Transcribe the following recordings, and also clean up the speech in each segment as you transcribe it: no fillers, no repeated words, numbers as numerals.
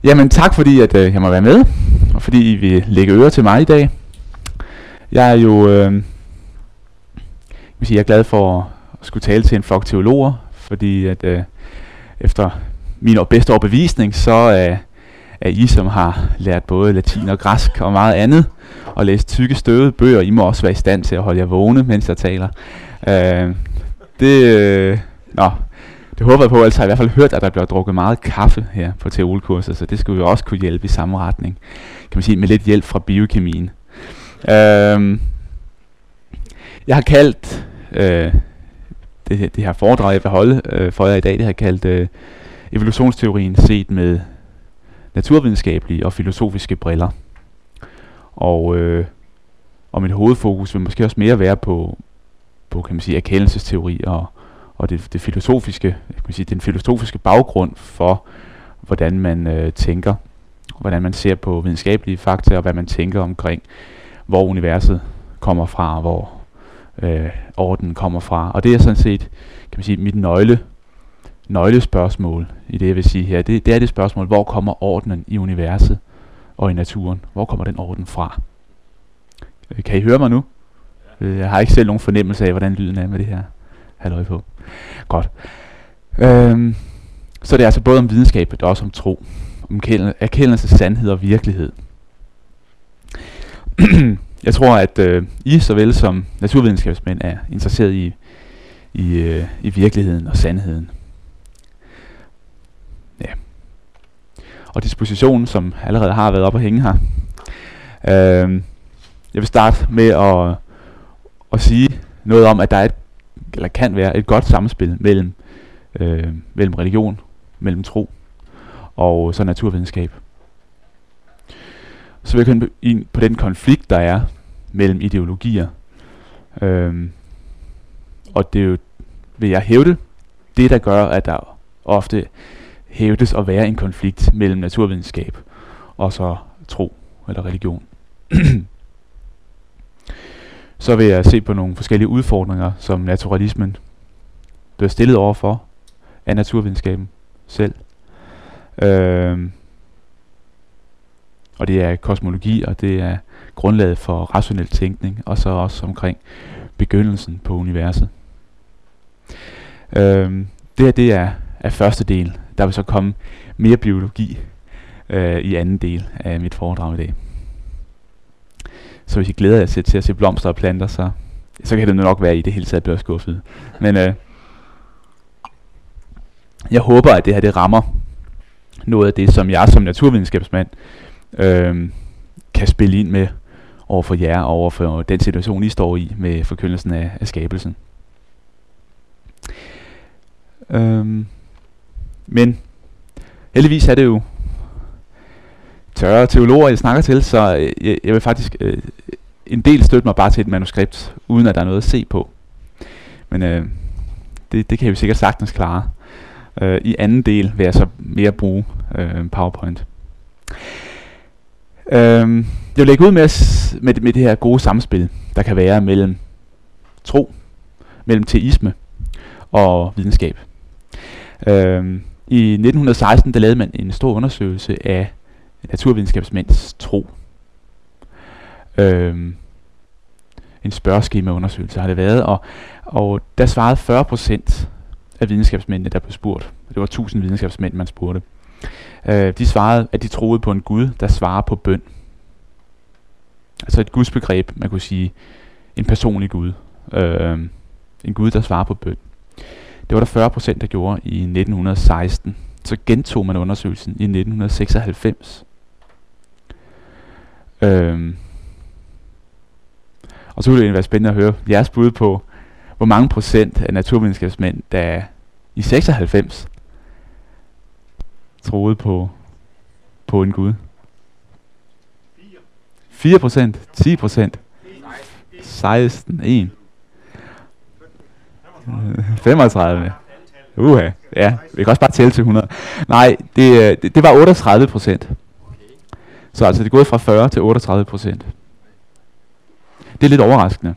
Jamen tak fordi at jeg må være med, og fordi I vil lægge øre til mig i dag. Jeg er jo jeg er glad for at skulle tale til en flok teologer, fordi at efter min bedste overbevisning, så er I, som har lært både latin og græsk og meget andet, og læst tykke støvede bøger, I må også være i stand til at holde jer vågne, mens jeg taler. Det håber jeg på, altså jeg har i hvert fald hørt, at der bliver drukket meget kaffe her på teolkurset, så det skulle jo også kunne hjælpe i samme retning, kan man sige, med lidt hjælp fra biokemien. Jeg har kaldt det her foredrag, jeg vil holde for jer i dag, det har jeg kaldt evolutionsteorien set med naturvidenskabelige og filosofiske briller. Og mit hovedfokus vil måske også mere være på kan man sige, erkendelsesteori og det filosofiske, kan man sige, den filosofiske baggrund for, hvordan man tænker, hvordan man ser på videnskabelige fakta, og hvad man tænker omkring, hvor universet kommer fra, hvor orden kommer fra. Og det er sådan set, kan man sige, mit nøglespørgsmål i det, jeg vil sige her. Det er det spørgsmål, hvor kommer ordenen i universet og i naturen? Hvor kommer den orden fra? Kan I høre mig nu? Jeg har ikke selv nogen fornemmelse af, hvordan lyden er med det her halløj på. Godt. Så det er altså både om videnskab, og også om tro, om erkendelse, sandhed og virkelighed. Jeg tror, at I såvel som naturvidenskabsmænd er interesseret i virkeligheden og sandheden. Ja. Og dispositionen, som allerede har været op at hænge her. Jeg vil starte med at sige noget om, at der er kan være et godt samspil mellem religion, mellem tro og så naturvidenskab. Så vil jeg komme ind på den konflikt, der er mellem ideologier. Og det er jo, vil jeg hævde, det der gør, at der ofte hævdes at være en konflikt mellem naturvidenskab og så tro eller religion. Så vil jeg se på nogle forskellige udfordringer, som naturalismen bliver stillet overfor af naturvidenskaben selv. Og det er kosmologi, og det er grundlaget for rationel tænkning, og så også omkring begyndelsen på universet. Det er første del. Der vil så komme mere biologi i anden del af mit foredrag i dag. Så hvis I glæder jer til at se blomster og planter, så kan det nok være, at I det hele taget bliver skuffet. Men jeg håber, at det her det rammer noget af det, som jeg som naturvidenskabsmand kan spille ind med over for jer, og over for den situation, I står i med forkyndelsen af skabelsen. Men heldigvis er det jo tørre teologer, jeg snakker til, så jeg vil faktisk en del støtte mig bare til et manuskript, uden at der er noget at se på. Men det kan jeg jo sikkert sagtens klare. I anden del vil jeg så mere bruge PowerPoint. Jeg vil lægge ud med det her gode samspil, der kan være mellem tro, mellem teisme og videnskab. I 1916 der lavede man en stor undersøgelse af naturvidenskabsmænds tro. En spørgeskemaundersøgelse har det været, og der svarede 40% af videnskabsmændene, der blev spurgt. Det var 1000 videnskabsmænd, man spurgte. De svarede, at de troede på en Gud, der svarer på bøn. Altså et gudsbegreb, man kunne sige, en personlig Gud. En Gud, der svarer på bøn. Det var der 40%, der gjorde i 1916. Så gentog man undersøgelsen i 1996. Og så ville det være spændende at høre jeres bud på, hvor mange procent af naturvidenskabsmænd, der i 96 troede på en Gud. 4%, 10%, 16, 1, 35. Ja, vi kan også bare tælle til 100. Nej, det var 38%. Så altså det er gået fra 40 til 38%. Det er lidt overraskende.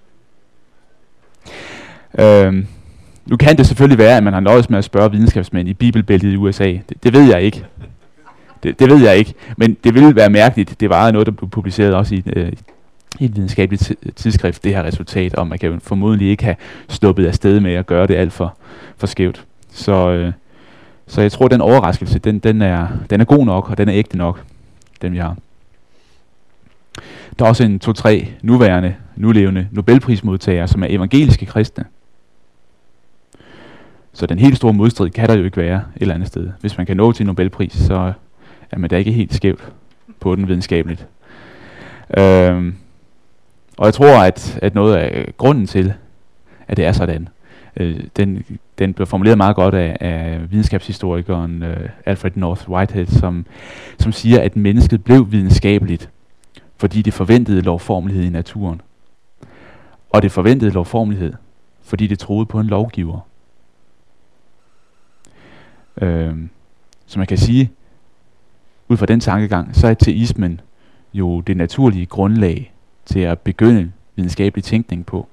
Nu kan det selvfølgelig være, at man har nøjes med at spørge videnskabsmænd i bibelbæltet i USA. Det ved jeg ikke. Det ved jeg ikke, men det ville være mærkeligt. Det var noget, der blev publiceret også i et videnskabeligt tidsskrift, det her resultat, og man kan jo formodentlig ikke have sluppet afsted med at gøre det alt for skævt. Så jeg tror, den overraskelse, den er god nok, og den er ægte nok, den vi har. Der er også 2-3 nulevende Nobelprismodtagere, som er evangeliske kristne. Så den helt store modstrid kan der jo ikke være et eller andet sted. Hvis man kan nå til Nobelpris, så er man da ikke helt skævt på den videnskabeligt. Og jeg tror, at noget af grunden til, at det er sådan, den blev formuleret meget godt af videnskabshistorikeren Alfred North Whitehead, som siger, at mennesket blev videnskabeligt, fordi det forventede lovformelighed i naturen. Og det forventede lovformelighed, fordi det troede på en lovgiver. Så man kan sige, ud fra den tankegang, så er teismen jo det naturlige grundlag til at begynde videnskabelig tænkning på.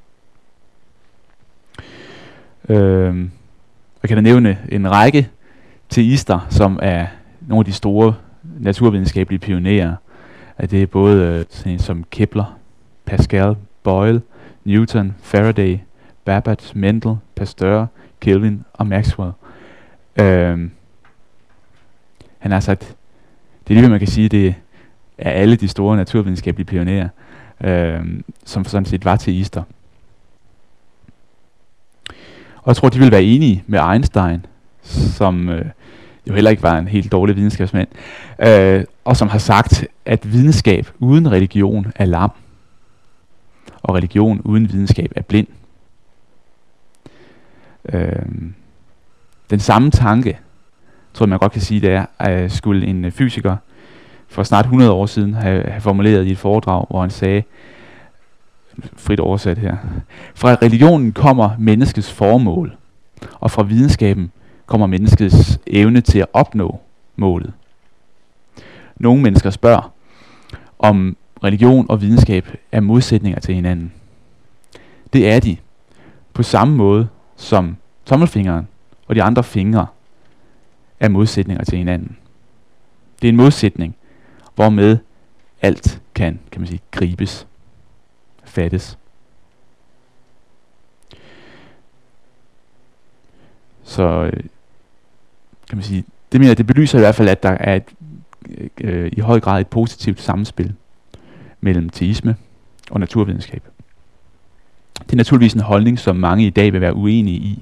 Jeg kan da nævne en række teister, som er nogle af de store naturvidenskabelige pionerer. At det er både sådan som Kepler, Pascal, Boyle, Newton, Faraday, Babbage, Mendel, Pasteur, Kelvin og Maxwell. Han har sagt, det er lige, man kan sige, det er alle de store naturvidenskabelige pionerer, som sådan set var teister. Og jeg tror, de vil være enige med Einstein, som jo heller ikke var en helt dårlig videnskabsmand, og som har sagt, at videnskab uden religion er lam, og religion uden videnskab er blind. Den samme tanke, tror jeg man godt kan sige, det er, skulle en fysiker for snart 100 år siden have formuleret i et foredrag, hvor han sagde, frit oversat her, fra religionen kommer menneskets formål, og fra videnskaben kommer menneskets evne til at opnå målet. Nogle mennesker spørger, om religion og videnskab er modsætninger til hinanden. Det er de, på samme måde som tommelfingeren og de andre fingre er modsætninger til hinanden. Det er en modsætning, hvormed alt kan man sige, gribes, fattes. Så kan man sige, det belyser i hvert fald, at der er i høj grad et positivt samspil mellem teisme og naturvidenskab. Det er naturligvis en holdning, som mange i dag vil være uenige i.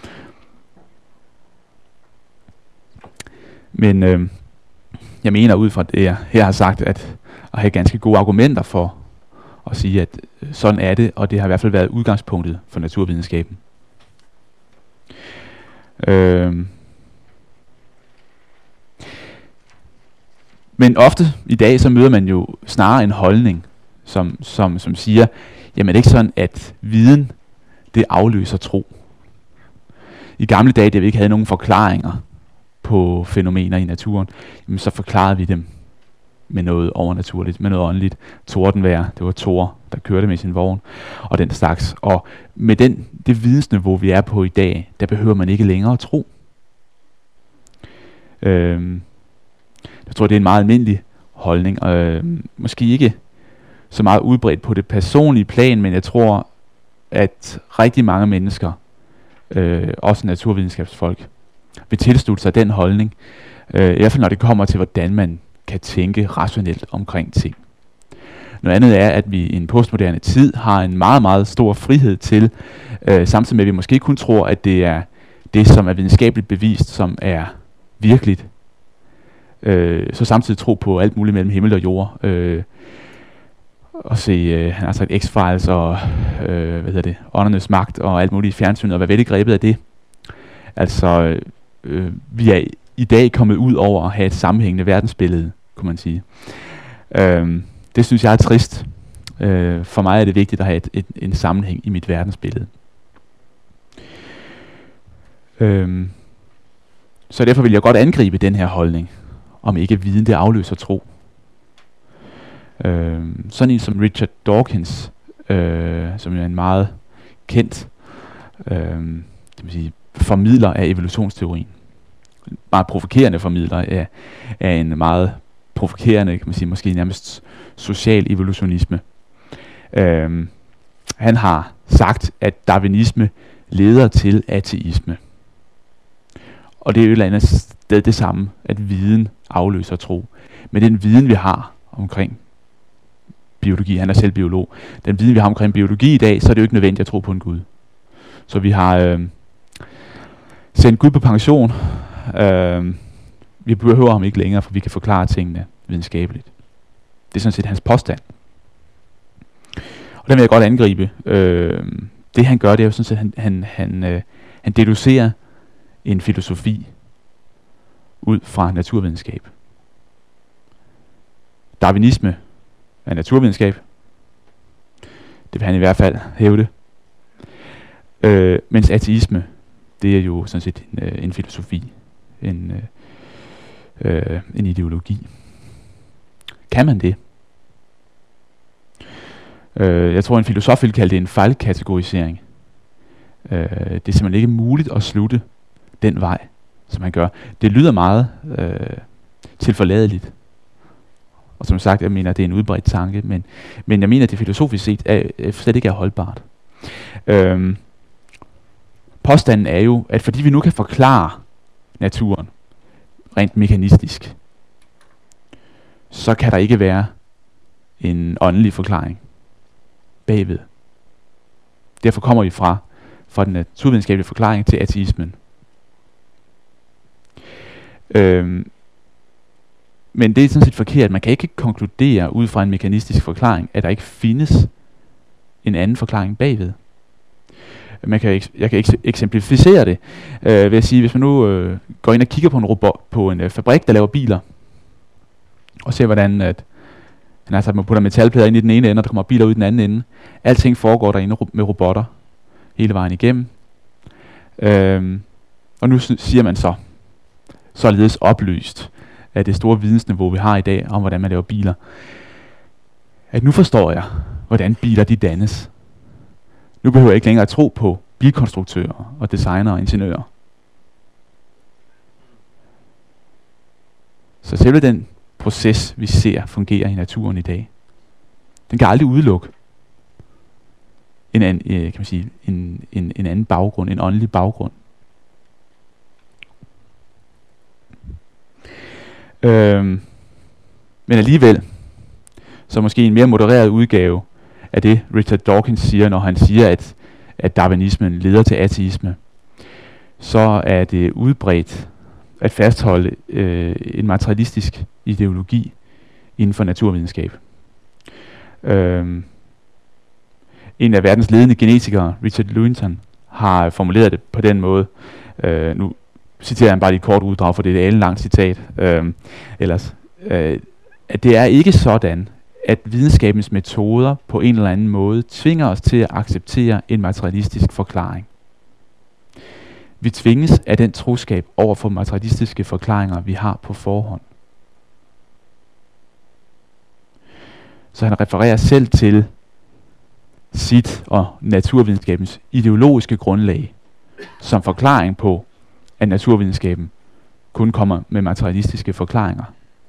Men jeg mener ud fra det, jeg her har sagt, at have ganske gode argumenter for at sige, at sådan er det, og det har i hvert fald været udgangspunktet for naturvidenskaben. Men ofte i dag, så møder man jo snarere en holdning, som siger, jamen det er ikke sådan, at viden, det afløser tro. I gamle dage, da vi ikke havde nogen forklaringer på fænomener i naturen, jamen så forklarede vi dem med noget overnaturligt, med noget åndeligt. Tordenvejr, det var Thor, der kørte med sin vogn, og den slags. Og med det vidensniveau, vi er på i dag, der behøver man ikke længere at tro. Jeg tror, det er en meget almindelig holdning, og måske ikke så meget udbredt på det personlige plan, men jeg tror, at rigtig mange mennesker, også naturvidenskabsfolk, vil tilslutte sig den holdning, i hvert fald når det kommer til, hvordan man kan tænke rationelt omkring ting. Noget andet er, at vi i en postmoderne tid har en meget, meget stor frihed til, samtidig med at vi måske kun tror, at det er det, som er videnskabeligt bevist, som er virkeligt, så samtidig tro på alt muligt mellem himmel og jord, og se, han har sagt X-Files og, åndernes magt og alt muligt i fjernsynet, og hvad ved det grebet af det. Altså, vi er i dag kommet ud over at have et sammenhængende verdensbillede, kunne man sige. Det synes jeg er trist. For mig er det vigtigt at have en sammenhæng i mit verdensbillede. Så derfor vil jeg godt angribe den her holdning, om ikke viden det afløser tro. Sådan en som Richard Dawkins, som er en meget kendt formidler af evolutionsteorien, meget provokerende formidler af en meget provokerende, kan man sige, måske nærmest social evolutionisme. Han har sagt, at darwinisme leder til ateisme. Og det er jo et eller andet sted det samme, at viden afløser tro. Men den viden, vi har omkring biologi, han er selv biolog, den viden, vi har omkring biologi i dag, så er det jo ikke nødvendigt at tro på en Gud. Så vi har sendt Gud på pension. Vi behøver ham ikke længere, for vi kan forklare tingene videnskabeligt. Det er sådan set hans påstand. Og den vil jeg godt angribe. Det han gør, det er jo sådan set, han deducerer en filosofi ud fra naturvidenskab. Darwinisme er naturvidenskab. Det vil han i hvert fald hævde. Mens ateisme, det er jo sådan set en filosofi, en ideologi. Kan man det? Jeg tror, en filosof vil kalde det en fejlkategorisering. Det er simpelthen ikke muligt at slutte den vej, som han gør. Det lyder meget tilforladeligt. Og som sagt, jeg mener, det er en udbredt tanke, men jeg mener, at det filosofisk set slet ikke er holdbart. Påstanden er jo, at fordi vi nu kan forklare naturen rent mekanistisk, så kan der ikke være en åndelig forklaring bagved. Derfor kommer vi fra den naturvidenskabelige forklaring til ateismen. Men det er sådan set forkert. Man kan ikke konkludere ud fra en mekanistisk forklaring, at der ikke findes en anden forklaring bagved. Jeg kan eksemplificere det ved at sige, hvis man nu går ind og kigger på en fabrik, der laver biler, og ser hvordan man putter metalplader ind i den ene ende, og der kommer biler ud i den anden ende. Alting foregår derinde med robotter hele vejen igennem. Og nu siger man således oplyst af det store vidensniveau, vi har i dag, om hvordan man laver biler, at nu forstår jeg, hvordan biler de dannes. Nu behøver jeg ikke længere at tro på bilkonstruktører og designere og ingeniører. Så selve den proces, vi ser fungere i naturen i dag, den kan aldrig udelukke en anden baggrund, en åndelig baggrund. Men alligevel, så måske en mere modereret udgave af det, Richard Dawkins siger, når han siger, at darwinismen leder til ateisme, så er det udbredt at fastholde en materialistisk ideologi inden for naturvidenskab. En af verdens ledende genetikere, Richard Lewontin, har formuleret det på den måde. Nu citerer jeg bare et kort uddrag, for det er et langt citat. At det er ikke sådan, at videnskabens metoder på en eller anden måde tvinger os til at acceptere en materialistisk forklaring. Vi tvinges af den troskab over for materialistiske forklaringer, vi har på forhånd. Så han refererer selv til sit og naturvidenskabens ideologiske grundlag som forklaring på, at naturvidenskaben kun kommer med materialistiske forklaringer.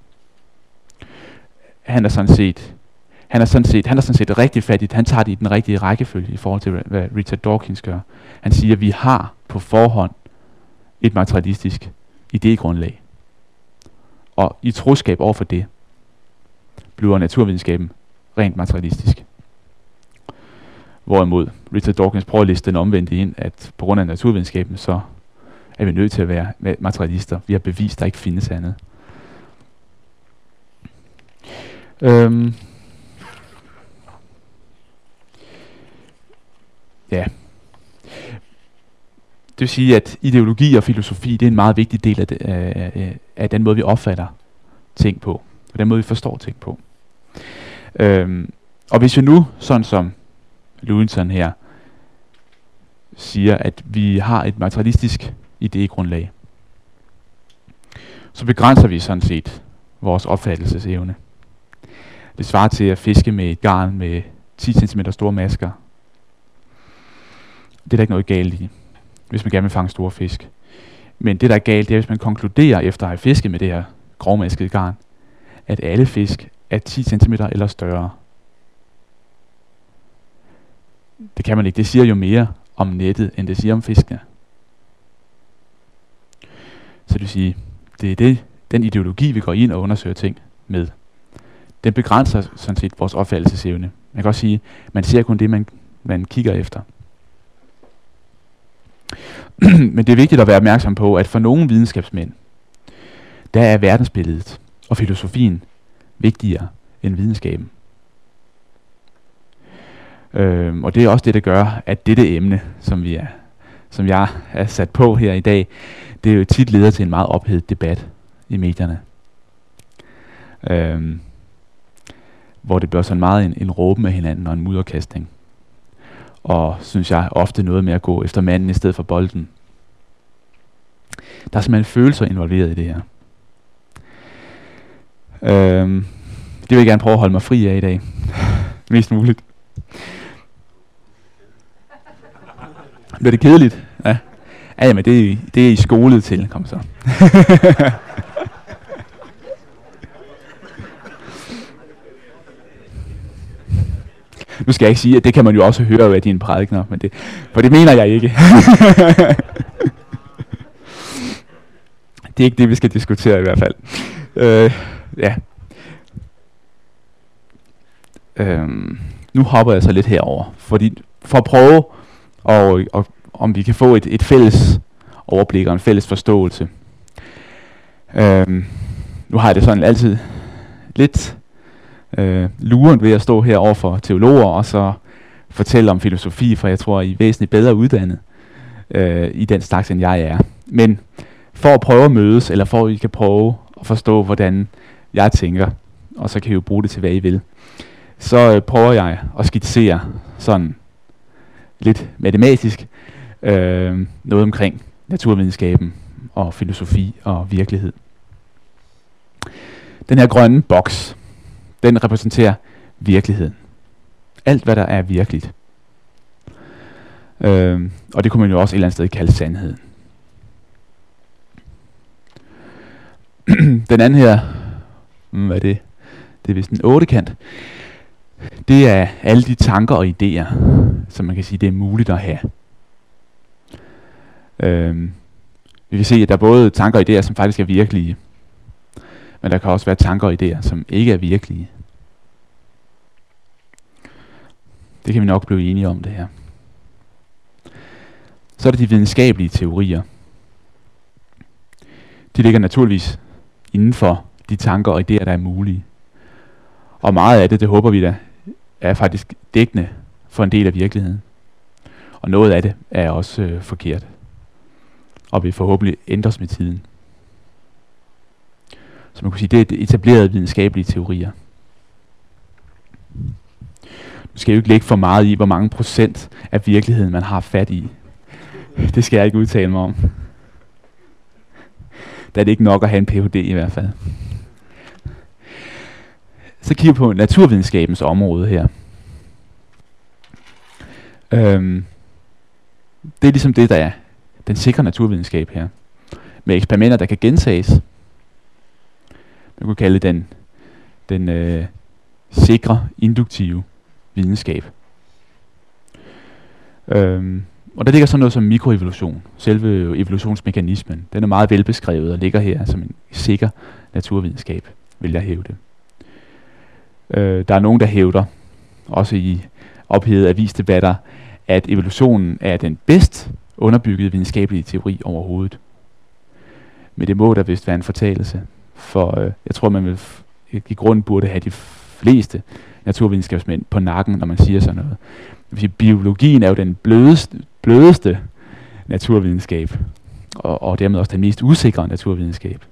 Han er sådan set rigtig fattigt. Han tager det i den rigtige rækkefølge i forhold til, hvad Richard Dawkins gør. Han siger, at vi har på forhånd et materialistisk idégrundlag. Og i troskab over for det, bliver naturvidenskaben rent materialistisk. Hvorimod Richard Dawkins prøver at liste den omvendte ind, at på grund af naturvidenskaben, så er vi nødt til at være materialister. Vi har bevist, at der ikke findes andet. Ja. Det vil sige, at ideologi og filosofi, det er en meget vigtig del af den måde, vi opfatter ting på. Og den måde, vi forstår ting på. Og hvis vi nu, sådan som Lewontin her, siger, at vi har et materialistisk idégrundlag, så begrænser vi sådan set vores opfattelsesevne. Det svarer til at fiske med et garn med 10 cm store masker. Det er der ikke noget galt i, hvis man gerne vil fange store fisk. Men det, der er galt, det er, hvis man konkluderer efter at have fisket med det her grovmaskede garn, at alle fisk er 10 cm eller større. Det kan man ikke. Det siger jo mere om nettet, end det siger om fiskene. Så det vil sige, det er den ideologi, vi går ind og undersøger ting med. Den begrænser sådan set vores opfattelsesevne. Man kan også sige, man ser kun det, man kigger efter. Men det er vigtigt at være opmærksom på, at for nogle videnskabsmænd, der er verdensbilledet og filosofien vigtigere end videnskaben. Og det er også det, der gør, at dette emne, som jeg er sat på her i dag, det er jo tit leder til en meget ophedet debat i medierne. Hvor det bliver sådan meget en råben med hinanden og en mudderkastning. Og synes jeg ofte noget med at gå efter manden i stedet for bolden. Der er simpelthen følelser involveret i det her. Det vil jeg gerne prøve at holde mig fri af i dag. Mest muligt. Bliver det kedeligt? Ja. Ja, men det er I skolet til. Kom så. Nu skal jeg ikke sige, at det kan man jo også høre af dine prædikener, for det mener jeg ikke. Det er ikke det, vi skal diskutere i hvert fald. Ja. Nu hopper jeg så lidt herover, for at prøve om vi kan få et fælles overblik og en fælles forståelse. Nu har jeg det sådan altid lidt luren ved at stå her over for teologer og så fortælle om filosofi, for jeg tror, I er væsentligt bedre uddannet i den slags, end jeg er. Men for at prøve at mødes, eller for at I kan prøve at forstå, hvordan jeg tænker, og så kan I jo bruge det til, hvad I vil, så prøver jeg at skitsere sådan lidt matematisk noget omkring naturvidenskaben og filosofi og virkelighed. Den her grønne boks, den repræsenterer virkeligheden. Alt, hvad der er virkeligt. Og det kunne man jo også et eller andet sted kalde sandheden. Den anden her, hvad er det? Det er vist en 8-kant. Det er alle de tanker og idéer, som man kan sige, det er muligt at have. Vi vil se, at der er både tanker og idéer, som faktisk er virkelige, men der kan også være tanker og idéer, som ikke er virkelige. Det kan vi nok blive enige om, det her. Så er der de videnskabelige teorier. De ligger naturligvis inden for de tanker og idéer, der er mulige. Og meget af det håber vi da, er faktisk dækkende for en del af virkeligheden. Og noget af det er også forkert. Og vil forhåbentlig ændres med tiden. Så man kunne sige, det er etablerede videnskabelige teorier. Nu skal jeg jo ikke lægge for meget i, hvor mange procent af virkeligheden man har fat i. Det skal jeg ikke udtale mig om. Der er det ikke nok at have en Ph.D. i hvert fald. Så kigger vi på naturvidenskabens område her. Det er ligesom det, der er den sikre naturvidenskab her. Med eksperimenter, der kan gentages. Man kunne kalde det den sikre, induktive videnskab. Og der ligger sådan noget som mikroevolution. Selve evolutionsmekanismen. Den er meget velbeskrevet og ligger her som en sikker naturvidenskab, vil jeg hævde. Der er nogen, der hævder, også i ophedede avisdebatter, at evolutionen er den bedst underbyggede videnskabelige teori overhovedet. Men det må der vist være en fortalelse. For jeg tror, man vil i grunden burde have de fleste naturvidenskabsmænd på nakken, når man siger sådan noget. Biologien er jo den blødeste naturvidenskab, og dermed også den mest usikre naturvidenskab.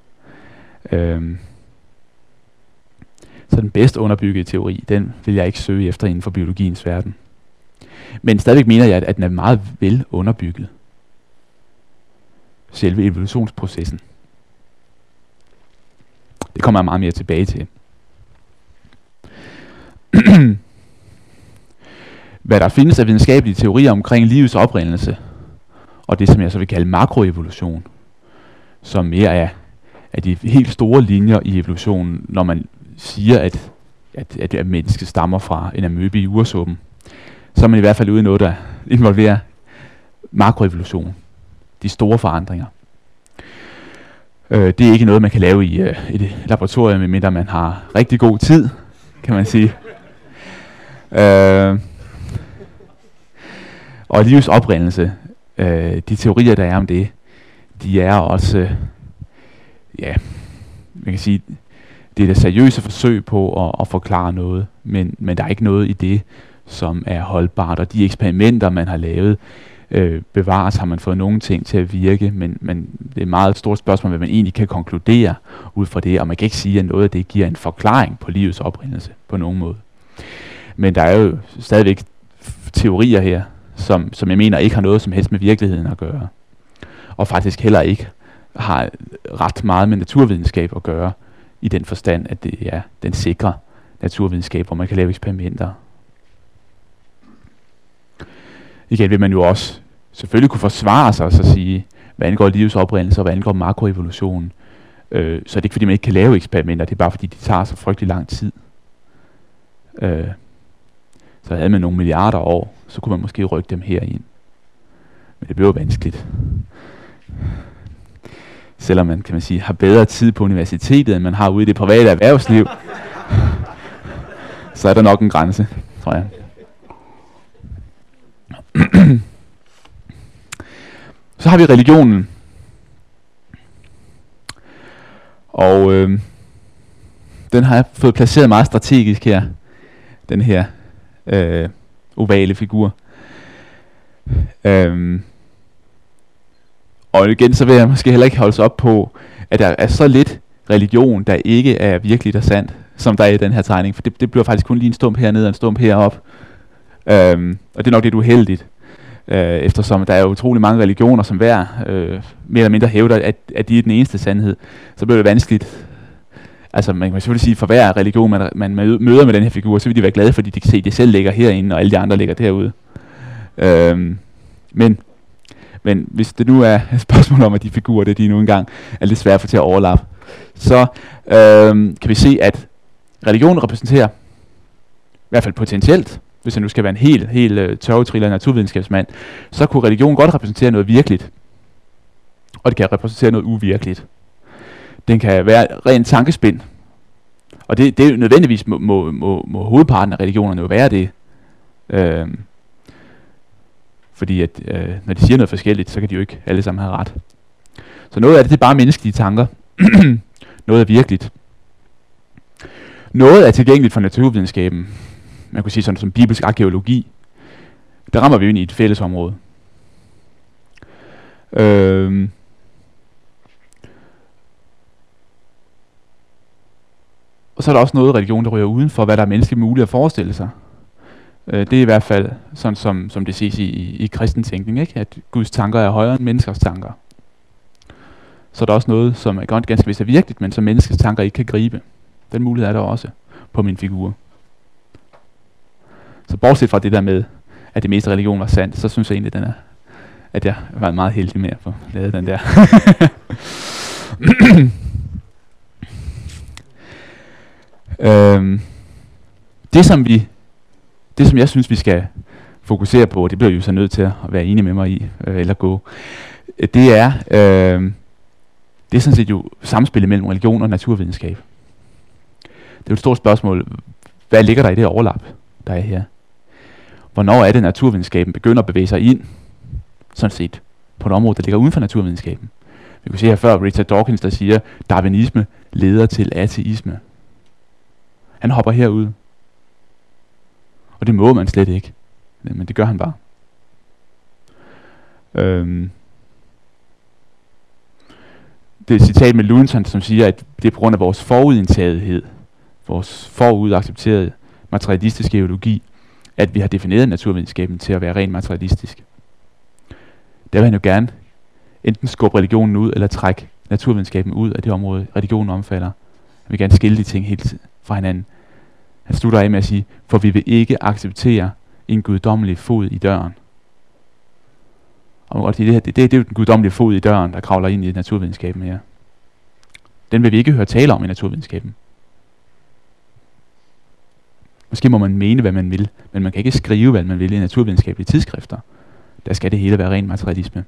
Så den bedst underbyggede teori, den vil jeg ikke søge efter inden for biologiens verden. Men stadigvæk mener jeg, at den er meget vel underbygget. Selve evolutionsprocessen. Det kommer jeg meget mere tilbage til. Hvad der findes af videnskabelige teorier omkring livets oprindelse, og det som jeg så vil kalde makroevolution, som mere er de helt store linjer i evolutionen, når man siger, at mennesket stammer fra en amøbe i ursuppen, så er man i hvert fald ude i noget, der involverer makroevolution, de store forandringer. Det er ikke noget, man kan lave i et laboratorium, medmindre man har rigtig god tid, kan man sige. Og livets oprindelse, de teorier, der er om det, de er også, man kan sige, det er det seriøse forsøg på at forklare noget, men der er ikke noget i det, som er holdbart, og de eksperimenter, man har lavet, bevares, har man fået nogle ting til at virke, men det er et meget stort spørgsmål, hvad man egentlig kan konkludere ud fra det, og man kan ikke sige, at noget af det giver en forklaring på livets oprindelse på nogen måde. Men der er jo stadigvæk teorier her, som jeg mener ikke har noget som helst med virkeligheden at gøre, og faktisk heller ikke har ret meget med naturvidenskab at gøre, i den forstand, at det er den sikre naturvidenskab, hvor man kan lave eksperimenter. Igen vil man jo også selvfølgelig kunne forsvare sig og så sige, hvad angår livets oprindelse og hvad angår makroevolution, så er det ikke fordi, man ikke kan lave eksperimenter, det er bare fordi, de tager så frygtelig lang tid. Så havde man nogle milliarder år, så kunne man måske rykke dem herind. Men det bliver jo vanskeligt. Selvom man, kan man sige, har bedre tid på universitetet, end man har ude i det private erhvervsliv, så er der nok en grænse, tror jeg. Så har vi religionen. Og den har jeg fået placeret meget strategisk her. Den her ovale figur. Og igen, så vil jeg måske heller ikke holde sig op på, at der er så lidt religion, der ikke er virkelig og sandt, som der er i den her tegning. For det bliver faktisk kun lige en stump hernede og en stump heroppe. Og det er nok lidt uheldigt, eftersom der er utrolig mange religioner, som hver mere eller mindre hævder, at de er den eneste sandhed. Så bliver det vanskeligt. Altså man kan selvfølgelig sige, for hver religion, man møder med den her figur, så vil de være glade, fordi de kan se, at de selv ligger herinde, og alle de andre ligger derude. Men hvis det nu er et spørgsmål om, at de figurer, de nu engang er lidt svære at få til at overlappe, så kan vi se, at religionen repræsenterer, i hvert fald potentielt, hvis jeg nu skal være en helt tørvetriller naturvidenskabsmand, så kunne religionen godt repræsentere noget virkeligt, og det kan repræsentere noget uvirkeligt. Den kan være rent tankespind, og det er nødvendigvis må hovedparten af religionerne jo være det. Fordi at når de siger noget forskelligt, så kan de jo ikke alle sammen have ret. Så noget af det er bare menneskelige tanker. Noget er virkeligt. Noget er tilgængeligt for naturvidenskaben. Man kunne sige sådan som bibelsk arkæologi. Der rammer vi jo ind i et fælles område. Og så er der også noget religion, der ryger uden for, hvad der er menneskeligt muligt at forestille sig. Det er i hvert fald sådan, som det ses i kristen tænkning, ikke? At Guds tanker er højere end menneskers tanker. Så er der også noget, som er ganske vist er virkeligt, men som menneskets tanker ikke kan gribe. Den mulighed er der også på min figur. Så bortset fra det der med, at det meste religion var sandt, så synes jeg egentlig, at jeg var meget heldig med at få lavet den der. Det som jeg synes, vi skal fokusere på, og det bliver jo så nødt til at være enige med mig i, eller gå, det er sådan set jo samspillet mellem religion og naturvidenskab. Det er jo et stort spørgsmål, hvad ligger der i det overlap, der er her? Hvornår er det, naturvidenskaben begynder at bevæge sig ind, sådan set, på et område, der ligger uden for naturvidenskaben? Vi kunne se her før Richard Dawkins, der siger, darwinisme leder til ateisme. Han hopper herud. Og det må man slet ikke. Men det gør han bare. Det er et citat med Lewinson, som siger, at det er på grund af vores forudindtagethed, vores forudaccepterede materialistiske ideologi, at vi har defineret naturvidenskaben til at være rent materialistisk. Der vil han jo gerne enten skubbe religionen ud, eller trække naturvidenskaben ud af det område, religionen omfatter. Han vil gerne skille de ting helt fra hinanden. Han slutter af med at sige, for vi vil ikke acceptere en guddommelig fod i døren. Og det er jo den guddommelige fod i døren, der kravler ind i naturvidenskaben her. Den vil vi ikke høre tale om i naturvidenskaben. Måske må man mene, hvad man vil, men man kan ikke skrive, hvad man vil i naturvidenskabelige tidsskrifter. Der skal det hele være ren materialisme.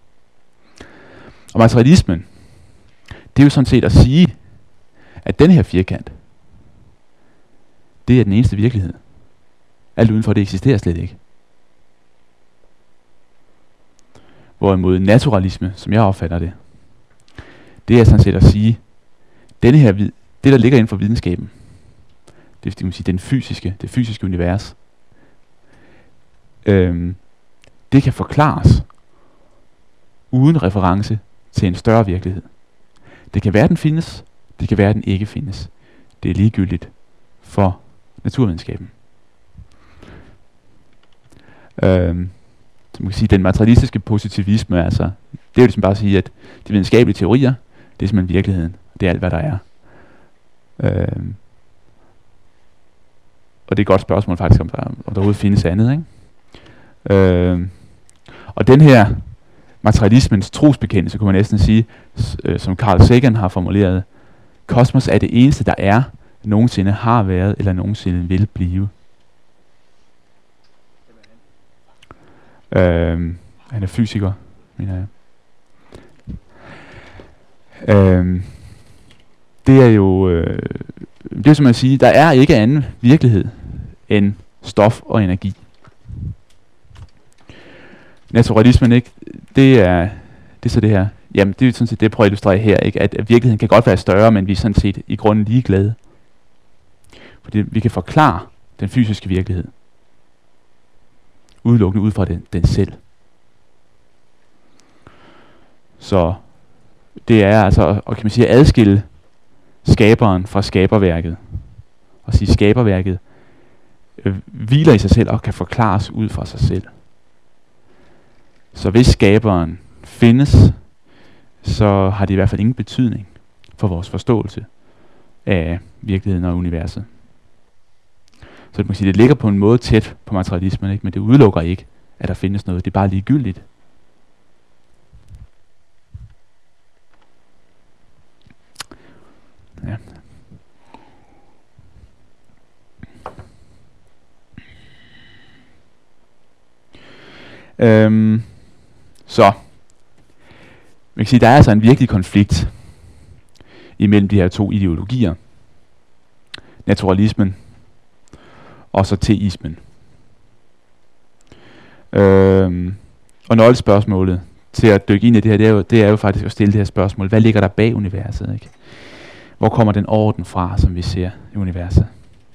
Og materialismen, det er jo sådan set at sige, at den her firkant, det er den eneste virkelighed. Alt udenfor det eksisterer slet ikke. Hvorimod naturalisme, som jeg opfatter det, det er sådan set at sige, det der ligger inden for videnskaben, det vil sige det fysiske univers, det kan forklares uden reference til en større virkelighed. Det kan være, den findes, det kan være, den ikke findes. Det er ligegyldigt for naturvidenskaben. Så man kan sige, den materialistiske positivisme, altså, det er jo ligesom bare at sige, at de videnskabelige teorier, det er simpelthen virkeligheden. Det er alt, hvad der er. Og det er et godt spørgsmål faktisk, om der overhovedet findes andet, ikke? Og den her materialismens trosbekendelse, kunne man næsten sige, som Carl Sagan har formuleret, kosmos er det eneste, der er, nogensinde har været, eller nogensinde vil blive. Han er fysiker, mener jeg. Det er jo, det er som at sige, der er ikke anden virkelighed end stof og energi. Naturalismen, ikke? Det er så det her. Jamen, det er jo sådan set det, jeg prøver at illustrere her, ikke? At virkeligheden kan godt være større, men vi er sådan set i grunden ligeglade. Fordi vi kan forklare den fysiske virkelighed udelukkende ud fra den selv. Så det er altså, og kan man sige, at adskille skaberen fra skaberværket. Og sige, skaberværket hviler i sig selv og kan forklares ud fra sig selv. Så hvis skaberen findes, så har det i hvert fald ingen betydning for vores forståelse af virkeligheden og universet. Så man kan sige, det ligger på en måde tæt på materialismen, ikke? Men det udelukker ikke, at der findes noget. Det er bare ligegyldigt. Ja. Så man kan sige, der er altså en virkelig konflikt imellem de her to ideologier. Naturalismen og så teismen. Og nøglespørgsmålet til at dykke ind i det her, det er jo faktisk at stille det her spørgsmål. Hvad ligger der bag universet? Ikke? Hvor kommer den orden fra, som vi ser i universet?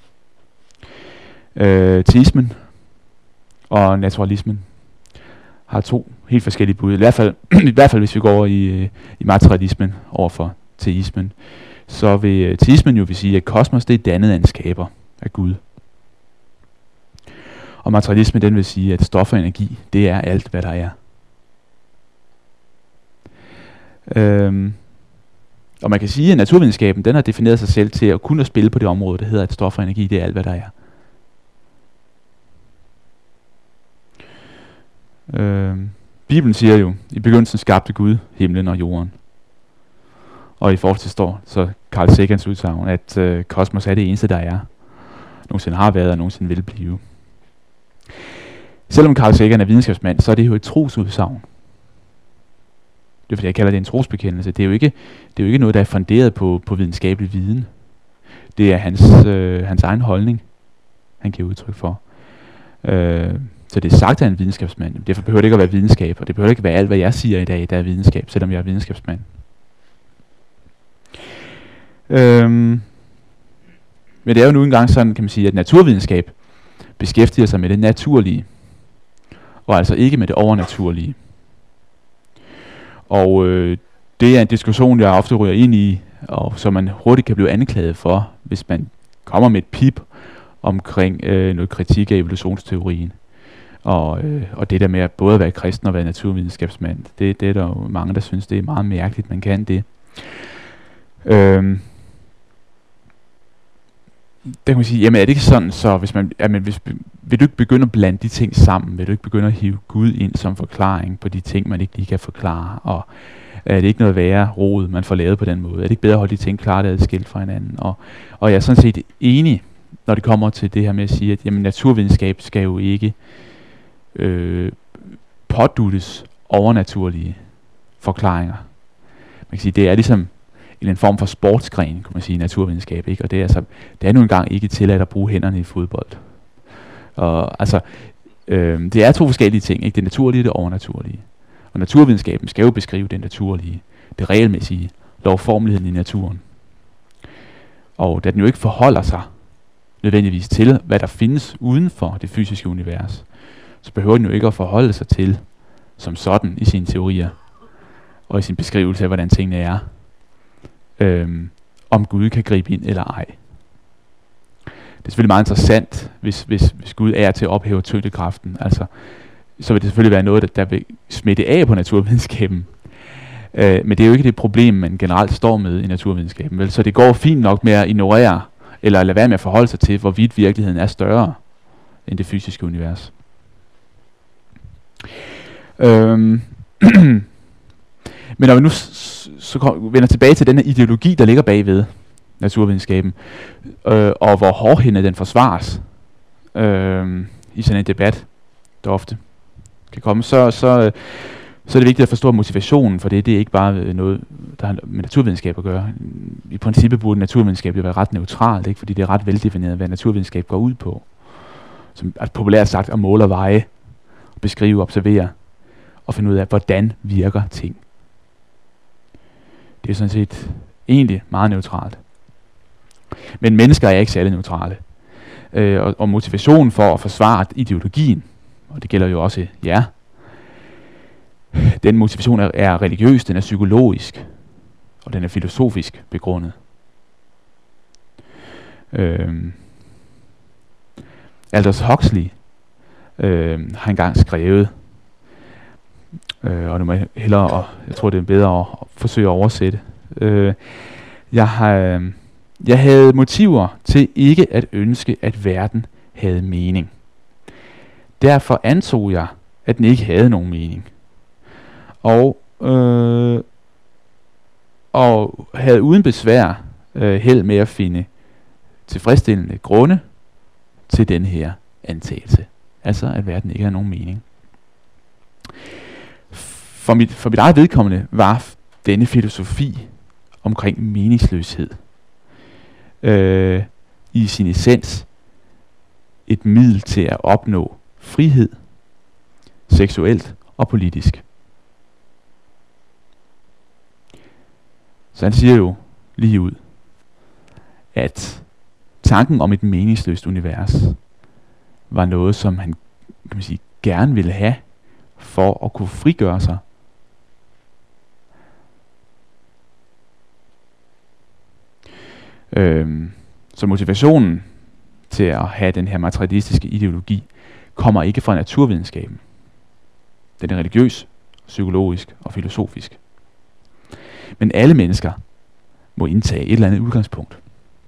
Teismen og naturalismen har to helt forskellige bud. I hvert fald hvis vi går over i materialismen overfor teismen, så vil teismen jo vil sige, at kosmos det er dannet af en skaber, af Gud. Og materialismen den vil sige, at stof og energi, det er alt, hvad der er. Og man kan sige, at naturvidenskaben, den har defineret sig selv til at kunne spille på det område, der hedder, at stof og energi, det er alt, hvad der er. Bibelen siger jo, i begyndelsen skabte Gud himlen og jorden. Og i forhold til står så Carl Sagans udsagn, at kosmos er det eneste, der er. Nogensinde har været og nogensinde vil blive. Selvom Carl Sagan er videnskabsmand, så er det jo et trosudsagn. Det er fordi, jeg kalder det en trosbekendelse. Det er jo ikke noget, der er funderet på videnskabelig viden. Det er hans egen holdning, han giver udtryk for. Så det er sagt af en videnskabsmand. Derfor behøver det ikke at være videnskab, og det behøver ikke være alt, hvad jeg siger i dag, der er videnskab, selvom jeg er videnskabsmand. Men det er jo nu engang sådan, kan man sige, at naturvidenskab beskæftiger sig med det naturlige, og altså ikke med det overnaturlige. Og det er en diskussion, jeg ofte ryger ind i, og som man hurtigt kan blive anklaget for, hvis man kommer med et pip omkring noget kritik af evolutionsteorien. Og det der med at både være kristen og være naturvidenskabsmand, det er der jo mange, der synes, det er meget mærkeligt, man kan det. Der kan man sige, jamen er det ikke sådan, så hvis vil du ikke begynde at blande de ting sammen? Vil du ikke begynde at hive Gud ind som forklaring på de ting, man ikke lige kan forklare? Og er det ikke noget værre rod, man får lavet på den måde? Er det ikke bedre at holde de ting klart adskilt fra hinanden? Og jeg er sådan set enig, når det kommer til det her med at sige, at jamen, naturvidenskab skal jo ikke påduttes overnaturlige forklaringer. Man kan sige, det er ligesom en form for sportsgren, kan man sige, naturvidenskab, ikke? Og det er nu engang ikke tilladt at bruge hænderne i fodbold. Og altså, det er to forskellige ting, ikke? Det naturlige og det overnaturlige. Og naturvidenskaben skal jo beskrive det naturlige, det regelmæssige, lovformeligheden i naturen. Og da den jo ikke forholder sig nødvendigvis til, hvad der findes uden for det fysiske univers, så behøver den jo ikke at forholde sig til, som sådan, i sine teorier, og i sin beskrivelse af, hvordan tingene er, om Gud kan gribe ind eller ej. Det er selvfølgelig meget interessant, hvis Gud er til at ophæve tyngdekraften. Altså, så vil det selvfølgelig være noget, der vil smitte af på naturvidenskaben. Men det er jo ikke det problem, man generelt står med i naturvidenskaben. Vel? Så det går fint nok med at ignorere, eller lade være med at forholde sig til, hvorvidt virkeligheden er større end det fysiske univers. Men når vi nu vender tilbage til den her ideologi, der ligger bagved naturvidenskaben, og hvor hårdhændet den forsvares i sådan en debat, der ofte kan komme, så er det vigtigt at forstå motivationen for det. Det er ikke bare noget, der har med naturvidenskab at gøre. I princippet burde naturvidenskab jo være ret neutralt, ikke? Fordi det er ret veldefineret, hvad naturvidenskab går ud på. Som populært sagt at måle og veje, beskrive, observere og finde ud af, hvordan virker ting. Det er sådan set egentlig meget neutralt. Men mennesker er ikke særlig neutrale. Og motivationen for at forsvare ideologien, og det gælder jo også jer, den motivation er religiøs, den er psykologisk, og den er filosofisk begrundet. Aldous Huxley har engang skrevet, og nu må jeg hellere, jeg tror det er bedre at forsøge at oversætte. Jeg havde motiver til ikke at ønske, at verden havde mening. Derfor antog jeg, at den ikke havde nogen mening. Og havde uden besvær held med at finde tilfredsstillende grunde til den her antagelse. Altså, at verden ikke har nogen mening. For mit eget vedkommende var denne filosofi omkring meningsløshed i sin essens et middel til at opnå frihed, seksuelt og politisk. Så han siger jo lige ud, at tanken om et meningsløst univers var noget, som han, kan man sige, gerne ville have for at kunne frigøre sig. Så motivationen til at have den her materialistiske ideologi kommer ikke fra naturvidenskaben. Den er religiøs, psykologisk og filosofisk. Men alle mennesker må indtage et eller andet udgangspunkt.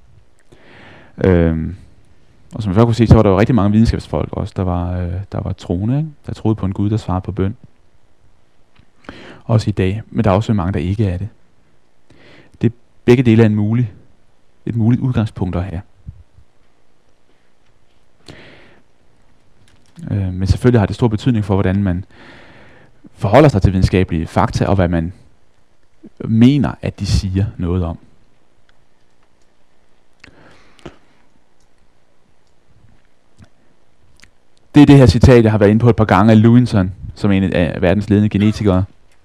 Og som vi før kunne se, så var der jo rigtig mange videnskabsfolk også, der var troende, ikke? Der troede på en Gud, der svarede på bøn. Også i dag, men der er også mange, der ikke er det. Begge dele er et muligt udgangspunkt at have. Men selvfølgelig har det stor betydning for, hvordan man forholder sig til videnskabelige fakta, og hvad man mener, at de siger noget om. Det er det her citat, jeg har været inde på et par gange af Lewinson, som er en af verdens ledende genetikere,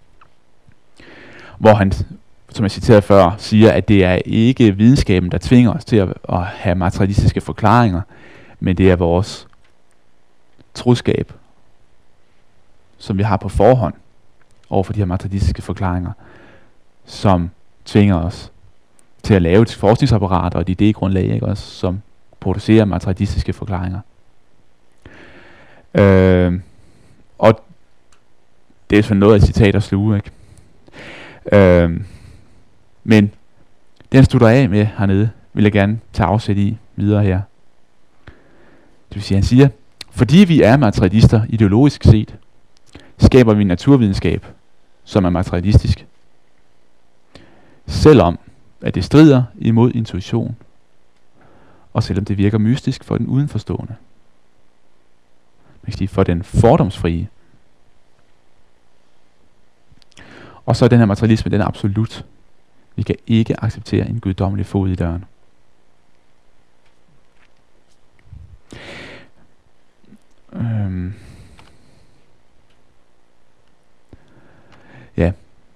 hvor han, som jeg citerede før, siger, at det er ikke videnskaben, der tvinger os til at have materialistiske forklaringer, men det er vores troskab, som vi har på forhånd over for de her materialistiske forklaringer, som tvinger os til at lave et forskningsapparat og et idégrundlag, ikke, også, som producerer materialistiske forklaringer. Og det er sådan noget af citat og sluge, ikke? Men den slutter af med hernede, vil jeg gerne tage afsæt i videre her. Det vil sige, han siger, Fordi vi er materialister ideologisk set, skaber vi en naturvidenskab, som er materialistisk. Selvom at det strider imod intuition, og selvom det virker mystisk for den udenforstående. Man kan sige for den fordomsfrie. Og så er den her materialisme, den er absolut. Vi kan ikke acceptere en guddommelig fod i døren. Ja.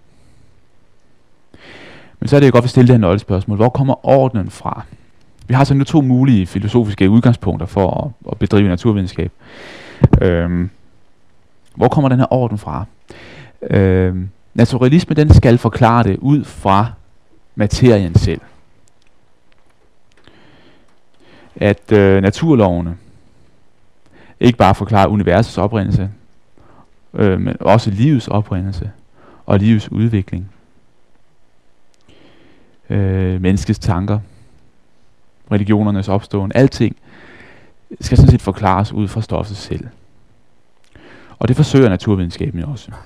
Men så er det jo godt at stille det her nøglespørgsmål. Hvor kommer ordenen fra? Vi har så nu 2 mulige filosofiske udgangspunkter for at bedrive naturvidenskab. Hvor kommer den her orden fra? Naturalisme, den skal forklare det ud fra materien selv. At naturlovene ikke bare forklarer universets oprindelse, men også livets oprindelse og livets udvikling. Menneskets tanker, religionernes opståen, alting skal sådan set forklares ud fra stoffet selv. Og det forsøger naturvidenskaben jo også.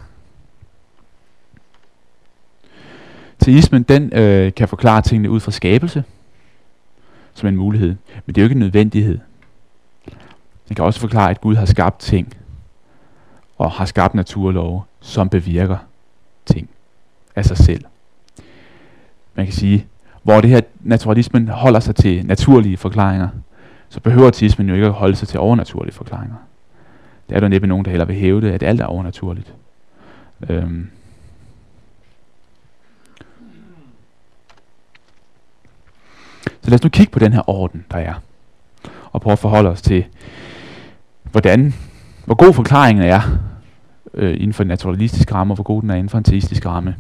Teismen, den kan forklare tingene ud fra skabelse, som en mulighed, men det er jo ikke en nødvendighed. Den kan også forklare, at Gud har skabt ting, og har skabt naturlove, som bevirker ting af sig selv. Man kan sige, hvor det her naturalismen holder sig til naturlige forklaringer, så behøver teismen jo ikke at holde sig til overnaturlige forklaringer. Der er der næppe nogen, der heller vil hæve det, at alt er overnaturligt. Så lad os nu kigge på den her orden, der er, og prøve at forholde os til, hvor god forklaringen er inden for den naturalistiske ramme, og hvor god den er inden for en teistisk ramme.